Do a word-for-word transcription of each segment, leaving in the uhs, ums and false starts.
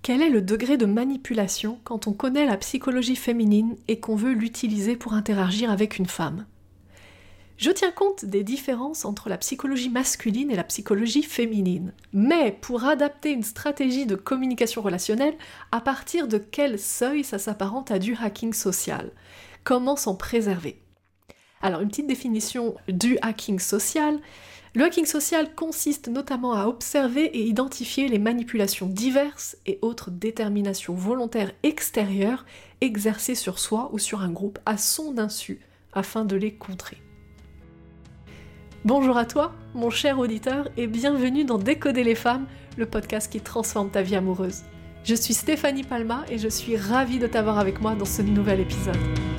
Quel est le degré de manipulation quand on connaît la psychologie féminine et qu'on veut l'utiliser pour interagir avec une femme ? Je tiens compte des différences entre la psychologie masculine et la psychologie féminine. Mais pour adapter une stratégie de communication relationnelle, à partir de quel seuil ça s'apparente à du hacking social ? Comment s'en préserver ? Alors une petite définition du hacking social. Le hacking social consiste notamment à observer et identifier les manipulations diverses et autres déterminations volontaires extérieures exercées sur soi ou sur un groupe à son insu afin de les contrer. Bonjour à toi, mon cher auditeur, et bienvenue dans Décoder les femmes, le podcast qui transforme ta vie amoureuse. Je suis Stéphanie Palma et je suis ravie de t'avoir avec moi dans ce nouvel épisode.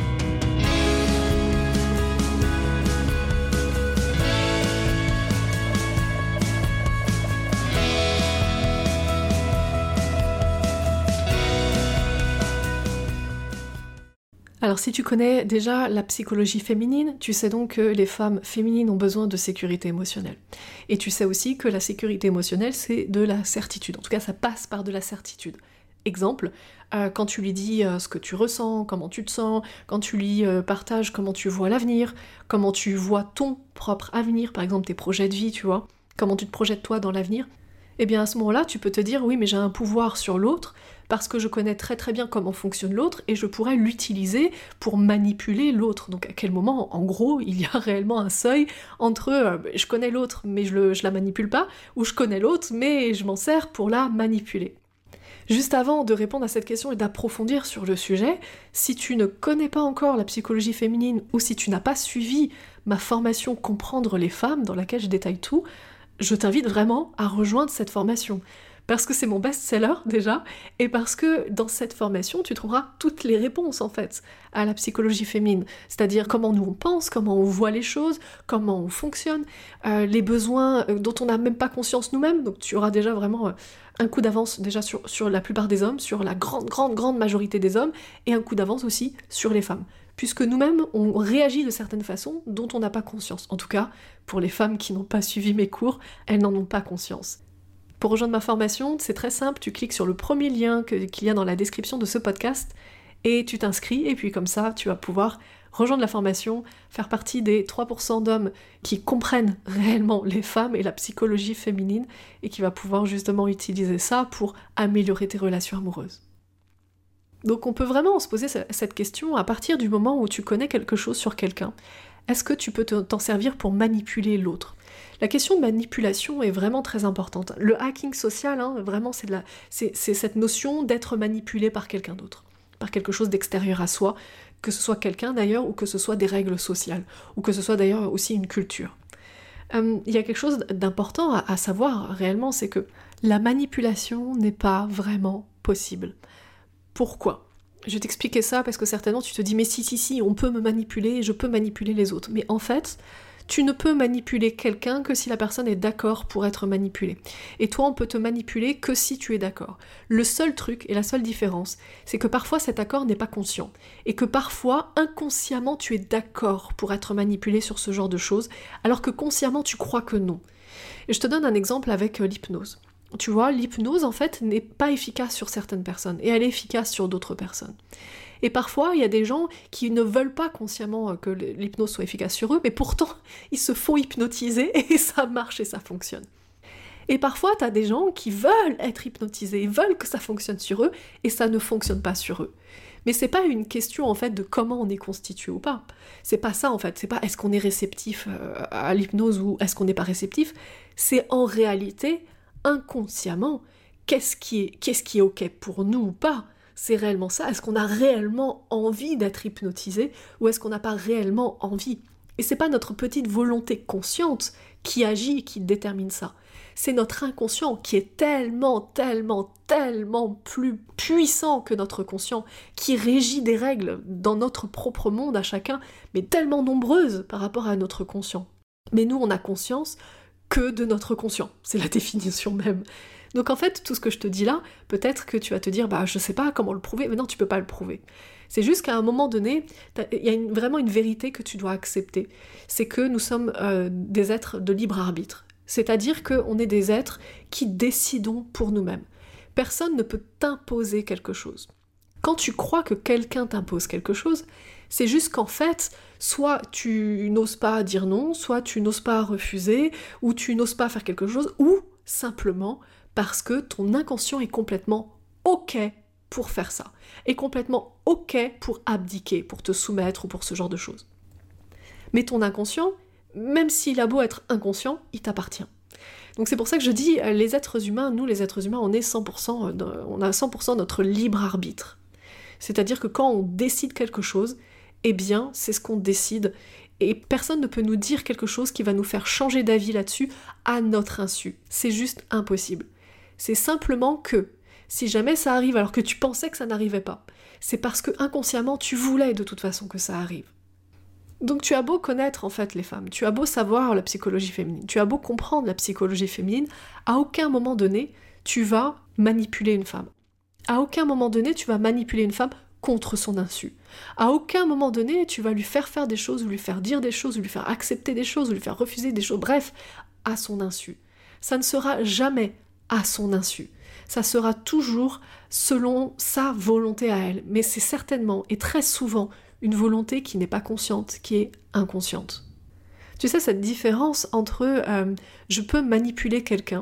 Alors si tu connais déjà la psychologie féminine, tu sais donc que les femmes féminines ont besoin de sécurité émotionnelle. Et tu sais aussi que la sécurité émotionnelle, c'est de la certitude. En tout cas, ça passe par de la certitude. Exemple, euh, quand tu lui dis euh, ce que tu ressens, comment tu te sens, quand tu lui euh, partages comment tu vois l'avenir, comment tu vois ton propre avenir, par exemple tes projets de vie, tu vois, comment tu te projettes toi dans l'avenir, eh bien à ce moment-là, tu peux te dire, oui, mais j'ai un pouvoir sur l'autre, parce que je connais très très bien comment fonctionne l'autre, et je pourrais l'utiliser pour manipuler l'autre. Donc à quel moment, en gros, il y a réellement un seuil entre euh, je connais l'autre, mais je, le, je la manipule pas, ou je connais l'autre, mais je m'en sers pour la manipuler. Juste avant de répondre à cette question et d'approfondir sur le sujet, si tu ne connais pas encore la psychologie féminine, ou si tu n'as pas suivi ma formation Comprendre les femmes, dans laquelle je détaille tout, je t'invite vraiment à rejoindre cette formation. Parce que c'est mon best-seller déjà, et parce que dans cette formation, tu trouveras toutes les réponses en fait à la psychologie féminine. C'est-à-dire comment nous on pense, comment on voit les choses, comment on fonctionne, euh, les besoins dont on n'a même pas conscience nous-mêmes. Donc tu auras déjà vraiment euh, un coup d'avance déjà sur, sur la plupart des hommes, sur la grande, grande, grande majorité des hommes, et un coup d'avance aussi sur les femmes. Puisque nous-mêmes, on réagit de certaines façons dont on n'a pas conscience. En tout cas, pour les femmes qui n'ont pas suivi mes cours, elles n'en ont pas conscience. Pour rejoindre ma formation, c'est très simple, tu cliques sur le premier lien que, qu'il y a dans la description de ce podcast et tu t'inscris, et puis comme ça, tu vas pouvoir rejoindre la formation, faire partie des trois pour cent d'hommes qui comprennent réellement les femmes et la psychologie féminine et qui va pouvoir justement utiliser ça pour améliorer tes relations amoureuses. Donc on peut vraiment se poser cette question à partir du moment où tu connais quelque chose sur quelqu'un. Est-ce que tu peux t'en servir pour manipuler l'autre ? La question de manipulation est vraiment très importante. Le hacking social, hein, vraiment, c'est, de la, c'est, c'est cette notion d'être manipulé par quelqu'un d'autre, par quelque chose d'extérieur à soi, que ce soit quelqu'un d'ailleurs, ou que ce soit des règles sociales, ou que ce soit d'ailleurs aussi une culture. Euh, il y a quelque chose d'important à, à savoir réellement, c'est que la manipulation n'est pas vraiment possible. Pourquoi ? Je vais t'expliquer ça parce que certainement tu te dis mais si si si on peut me manipuler, je peux manipuler les autres. Mais en fait, tu ne peux manipuler quelqu'un que si la personne est d'accord pour être manipulée. Et toi on peut te manipuler que si tu es d'accord. Le seul truc et la seule différence, c'est que parfois cet accord n'est pas conscient. Et que parfois, inconsciemment, tu es d'accord pour être manipulé sur ce genre de choses, alors que consciemment tu crois que non. Et je te donne un exemple avec euh, l'hypnose. Tu vois, l'hypnose, en fait, n'est pas efficace sur certaines personnes, et elle est efficace sur d'autres personnes. Et parfois, il y a des gens qui ne veulent pas consciemment que l'hypnose soit efficace sur eux, mais pourtant, ils se font hypnotiser, et ça marche et ça fonctionne. Et parfois, t'as des gens qui veulent être hypnotisés, ils veulent que ça fonctionne sur eux, et ça ne fonctionne pas sur eux. Mais c'est pas une question, en fait, de comment on est constitué ou pas. C'est pas ça, en fait. C'est pas est-ce qu'on est réceptif à l'hypnose ou est-ce qu'on n'est pas réceptif. C'est en réalité inconsciemment, qu'est-ce qui est, qu'est-ce qui est ok pour nous ou pas ? C'est réellement ça. Est-ce qu'on a réellement envie d'être hypnotisé ou est-ce qu'on n'a pas réellement envie ? Et c'est pas notre petite volonté consciente qui agit et qui détermine ça. C'est notre inconscient qui est tellement, tellement, tellement plus puissant que notre conscient, qui régit des règles dans notre propre monde à chacun, mais tellement nombreuses par rapport à notre conscient. Mais nous, on a conscience que de notre conscient, c'est la définition même. Donc en fait, tout ce que je te dis là, peut-être que tu vas te dire, bah je sais pas comment le prouver, mais non, tu peux pas le prouver. C'est juste qu'à un moment donné, il y a une, vraiment une vérité que tu dois accepter, c'est que nous sommes euh, des êtres de libre arbitre, c'est-à-dire qu'on est des êtres qui décidons pour nous-mêmes. Personne ne peut t'imposer quelque chose. Quand tu crois que quelqu'un t'impose quelque chose, c'est juste qu'en fait, soit tu n'oses pas dire non, soit tu n'oses pas refuser, ou tu n'oses pas faire quelque chose, ou simplement parce que ton inconscient est complètement OK pour faire ça, est complètement OK pour abdiquer, pour te soumettre ou pour ce genre de choses. Mais ton inconscient, même s'il a beau être inconscient, il t'appartient. Donc c'est pour ça que je dis, les êtres humains, nous les êtres humains, on est cent pour cent, on a cent pour cent notre libre arbitre. C'est-à-dire que quand on décide quelque chose, eh bien, c'est ce qu'on décide. Et personne ne peut nous dire quelque chose qui va nous faire changer d'avis là-dessus à notre insu. C'est juste impossible. C'est simplement que, si jamais ça arrive alors que tu pensais que ça n'arrivait pas, c'est parce que inconsciemment tu voulais de toute façon que ça arrive. Donc tu as beau connaître en fait les femmes, tu as beau savoir la psychologie féminine, tu as beau comprendre la psychologie féminine, à aucun moment donné, tu vas manipuler une femme. À aucun moment donné, tu vas manipuler une femme contre son insu. À aucun moment donné, tu vas lui faire faire des choses, ou lui faire dire des choses, ou lui faire accepter des choses, ou lui faire refuser des choses, bref, à son insu. Ça ne sera jamais à son insu. Ça sera toujours selon sa volonté à elle. Mais c'est certainement, et très souvent, une volonté qui n'est pas consciente, qui est inconsciente. Tu sais, cette différence entre euh, je peux manipuler quelqu'un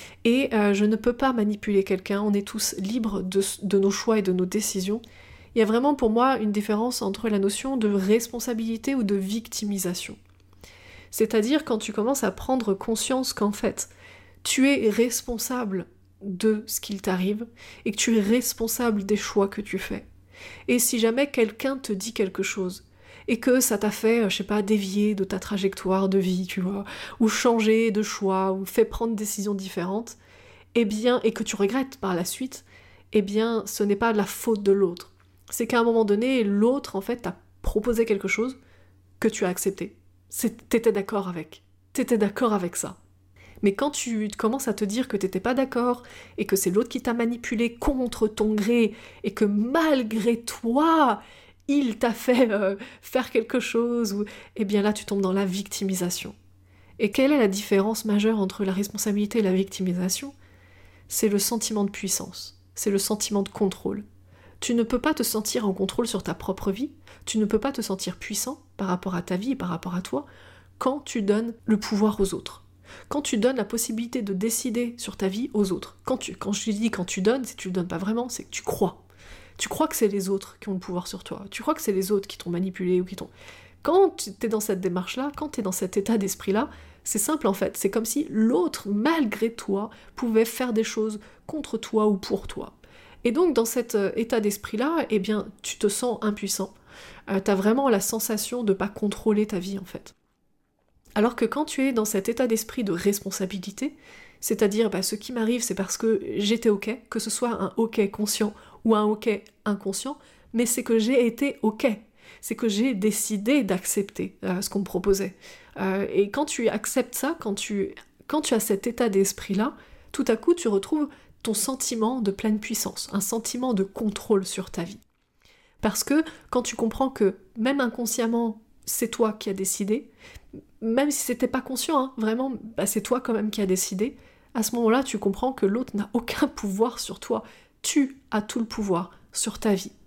et euh, je ne peux pas manipuler quelqu'un, on est tous libres de, de nos choix et de nos décisions. Il y a vraiment pour moi une différence entre la notion de responsabilité ou de victimisation. C'est-à-dire quand tu commences à prendre conscience qu'en fait, tu es responsable de ce qu'il t'arrive et que tu es responsable des choix que tu fais. Et si jamais quelqu'un te dit quelque chose et que ça t'a fait, je sais pas, dévier de ta trajectoire de vie, tu vois, ou changer de choix, ou fait prendre des décisions différentes, eh bien, et que tu regrettes par la suite, eh bien, ce n'est pas la faute de l'autre. C'est qu'à un moment donné, l'autre, en fait, t'a proposé quelque chose que tu as accepté. C'est, t'étais d'accord avec. T'étais d'accord avec ça. Mais quand tu commences à te dire que t'étais pas d'accord, et que c'est l'autre qui t'a manipulé contre ton gré, et que malgré toi, il t'a fait euh, faire quelque chose, ou... eh bien là tu tombes dans la victimisation. Et quelle est la différence majeure entre la responsabilité et la victimisation ? C'est le sentiment de puissance, c'est le sentiment de contrôle. Tu ne peux pas te sentir en contrôle sur ta propre vie, tu ne peux pas te sentir puissant par rapport à ta vie et par rapport à toi, quand tu donnes le pouvoir aux autres. Quand tu donnes la possibilité de décider sur ta vie aux autres. Quand, tu, quand je dis quand tu donnes, c'est que tu le donnes pas vraiment, c'est que tu crois. Tu crois que c'est les autres qui ont le pouvoir sur toi. Tu crois que c'est les autres qui t'ont manipulé ou qui t'ont... Quand tu es dans cette démarche-là, quand tu es dans cet état d'esprit-là, c'est simple en fait. C'est comme si l'autre, malgré toi, pouvait faire des choses contre toi ou pour toi. Et donc dans cet euh, état d'esprit-là, eh bien, tu te sens impuissant. Euh, tu as vraiment la sensation de pas contrôler ta vie en fait. Alors que quand tu es dans cet état d'esprit de responsabilité, c'est-à-dire bah, ce qui m'arrive c'est parce que j'étais ok, que ce soit un ok conscient ou un ok inconscient, mais c'est que j'ai été ok, c'est que j'ai décidé d'accepter euh, ce qu'on me proposait. Euh, et quand tu acceptes ça, quand tu, quand tu as cet état d'esprit-là, tout à coup tu retrouves ton sentiment de pleine puissance, un sentiment de contrôle sur ta vie. Parce que quand tu comprends que même inconsciemment, c'est toi qui as décidé, même si c'était pas conscient, hein, vraiment, bah c'est toi quand même qui as décidé, à ce moment-là, tu comprends que l'autre n'a aucun pouvoir sur toi. Tu as tout le pouvoir sur ta vie.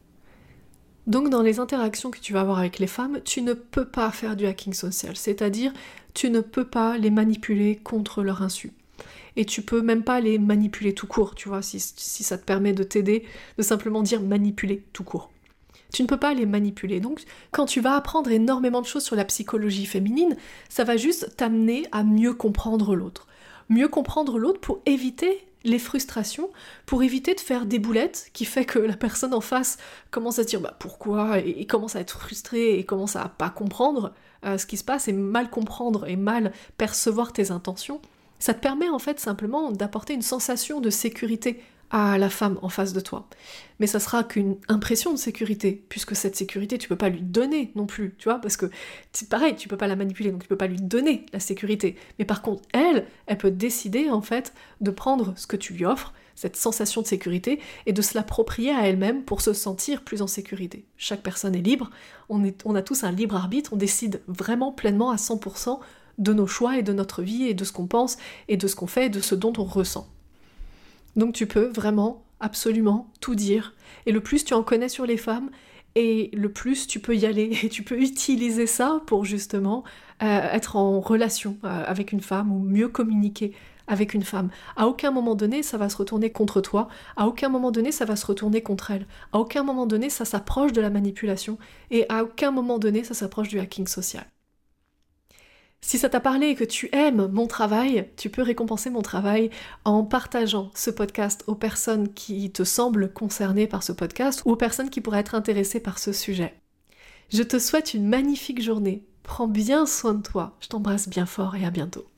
Donc dans les interactions que tu vas avoir avec les femmes, tu ne peux pas faire du hacking social, c'est-à-dire tu ne peux pas les manipuler contre leur insu. Et tu peux même pas les manipuler tout court, tu vois, si, si ça te permet de t'aider, de simplement dire manipuler tout court. Tu ne peux pas les manipuler. Donc, quand tu vas apprendre énormément de choses sur la psychologie féminine, ça va juste t'amener à mieux comprendre l'autre. Mieux comprendre l'autre pour éviter les frustrations, pour éviter de faire des boulettes qui fait que la personne en face commence à se dire bah pourquoi, et, et commence à être frustrée et commence à pas comprendre euh, ce qui se passe et mal comprendre et mal percevoir tes intentions. Ça te permet en fait simplement d'apporter une sensation de sécurité à la femme en face de toi. Mais ça sera qu'une impression de sécurité, puisque cette sécurité, tu peux pas lui donner non plus, tu vois, parce que c'est pareil, tu peux pas la manipuler, donc tu peux pas lui donner la sécurité. Mais par contre, elle, elle peut décider en fait de prendre ce que tu lui offres, cette sensation de sécurité, et de se l'approprier à elle-même pour se sentir plus en sécurité. Chaque personne est libre, on, est, on a tous un libre arbitre, on décide vraiment pleinement à cent pour cent de nos choix et de notre vie, et de ce qu'on pense, et de ce qu'on fait, et de ce dont on ressent. Donc tu peux vraiment, absolument, tout dire. Et le plus tu en connais sur les femmes, et le plus tu peux y aller, et tu peux utiliser ça pour justement euh, être en relation euh, avec une femme, ou mieux communiquer avec une femme. À aucun moment donné, ça va se retourner contre toi, à aucun moment donné, ça va se retourner contre elle, à aucun moment donné, ça s'approche de la manipulation, et à aucun moment donné, ça s'approche du hacking social. Si ça t'a parlé et que tu aimes mon travail, tu peux récompenser mon travail en partageant ce podcast aux personnes qui te semblent concernées par ce podcast ou aux personnes qui pourraient être intéressées par ce sujet. Je te souhaite une magnifique journée. Prends bien soin de toi. Je t'embrasse bien fort et à bientôt.